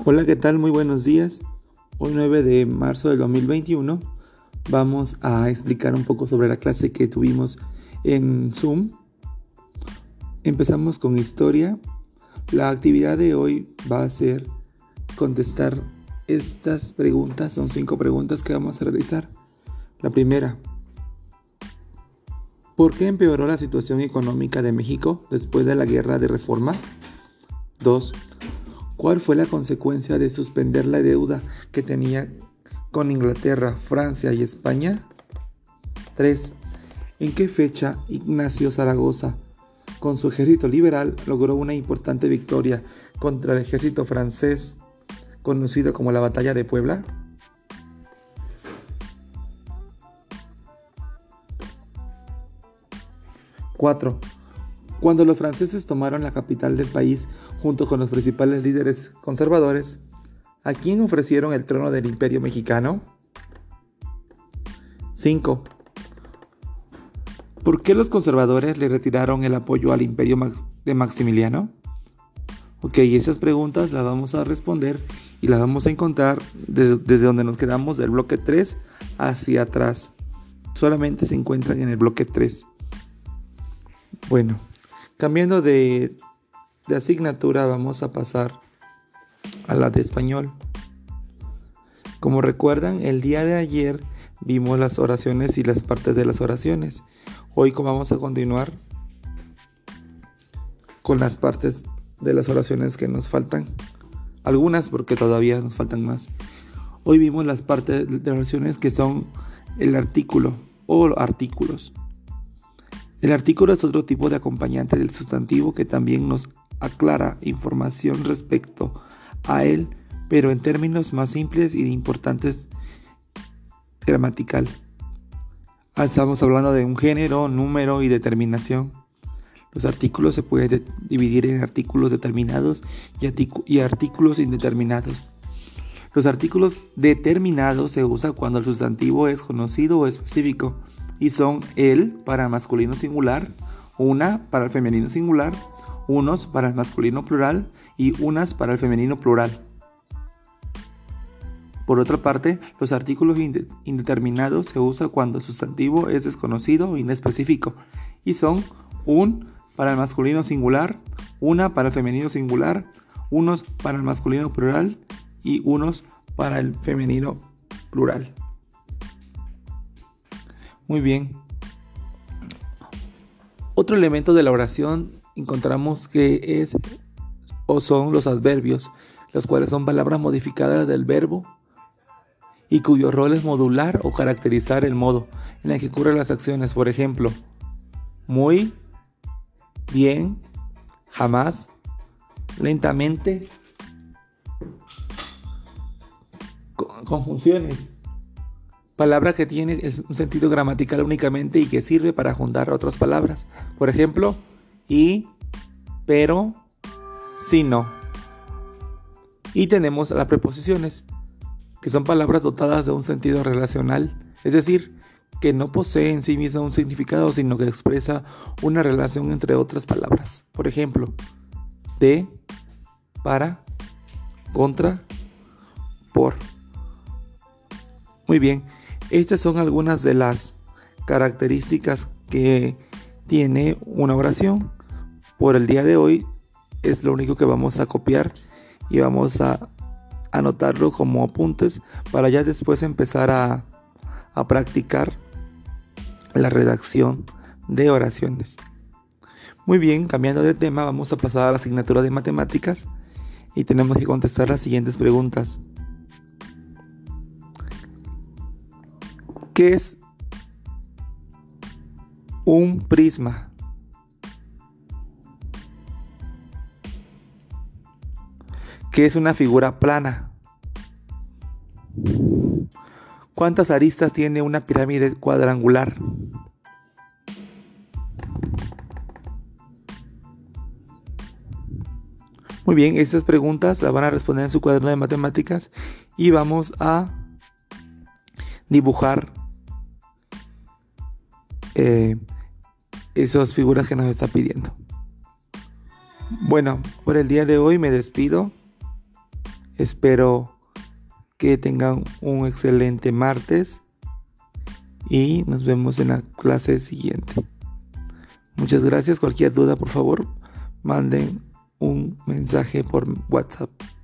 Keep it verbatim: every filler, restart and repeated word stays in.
Hola, ¿qué tal? Muy buenos días. Hoy nueve de marzo del dos mil veintiuno vamos a explicar un poco sobre la clase que tuvimos en Zoom. Empezamos con historia. La actividad de hoy va a ser contestar estas preguntas. Son cinco preguntas que vamos a realizar. La primera: ¿por qué empeoró la situación económica de México después de la Guerra de Reforma? dos. ¿Cuál fue la consecuencia de suspender la deuda que tenía con Inglaterra, Francia y España? tres. ¿En qué fecha Ignacio Zaragoza, con su ejército liberal, logró una importante victoria contra el ejército francés, conocido como la Batalla de Puebla? cuatro. Cuando los franceses tomaron la capital del país junto con los principales líderes conservadores, ¿a quién ofrecieron el trono del Imperio Mexicano? cinco. ¿Por qué los conservadores le retiraron el apoyo al Imperio Max- de Maximiliano? Ok, esas preguntas las vamos a responder y las vamos a encontrar desde, desde donde nos quedamos del bloque tres hacia atrás. Solamente se encuentran en el bloque tres. Bueno, cambiando de, de asignatura, vamos a pasar a la de español. Como recuerdan, el día de ayer vimos las oraciones y las partes de las oraciones. Hoy vamos a continuar con las partes de las oraciones que nos faltan. Algunas porque todavía nos faltan más. Hoy vimos las partes de oraciones que son el artículo o artículos. El artículo es otro tipo de acompañante del sustantivo que también nos aclara información respecto a él, pero en términos más simples y importantes gramatical. Estamos hablando de un género, número y determinación. Los artículos se pueden de- dividir en artículos determinados y, artic- y artículos indeterminados. Los artículos determinados se usan cuando el sustantivo es conocido o específico y son el para el masculino singular, una para el femenino singular, unos para el masculino plural y unas para el femenino plural. Por otra parte, los artículos inde- indeterminados se usan cuando el sustantivo es desconocido o inespecífico y son un para el masculino singular, una para el femenino singular, unos para el masculino plural y unos para el femenino plural. Muy bien. Otro elemento de la oración encontramos que es o son los adverbios, los cuales son palabras modificadas del verbo y cuyo rol es modular o caracterizar el modo en el que ocurren las acciones. Por ejemplo, muy, bien, jamás, lentamente, con- conjunciones. Palabra que tiene un sentido gramatical únicamente y que sirve para juntar otras palabras. Por ejemplo, y, pero, si no. Y tenemos las preposiciones, que son palabras dotadas de un sentido relacional, es decir, que no posee en sí misma un significado, sino que expresa una relación entre otras palabras. Por ejemplo, de, para, contra, por. Muy bien, estas son algunas de las características que tiene una oración. Por el día de hoy es lo único que vamos a copiar y vamos a anotarlo como apuntes para ya después empezar a, a practicar la redacción de oraciones. Muy bien, cambiando de tema, vamos a pasar a la asignatura de matemáticas y tenemos que contestar las siguientes preguntas. ¿Qué es un prisma? ¿Qué es una figura plana? ¿Cuántas aristas tiene una pirámide cuadrangular? Muy bien, estas preguntas las van a responder en su cuaderno de matemáticas y vamos a dibujar eh, esas figuras que nos está pidiendo. Bueno, por el día de hoy me despido. Espero que tengan un excelente martes y nos vemos en la clase siguiente. Muchas gracias. Cualquier duda, por favor, manden un mensaje por WhatsApp.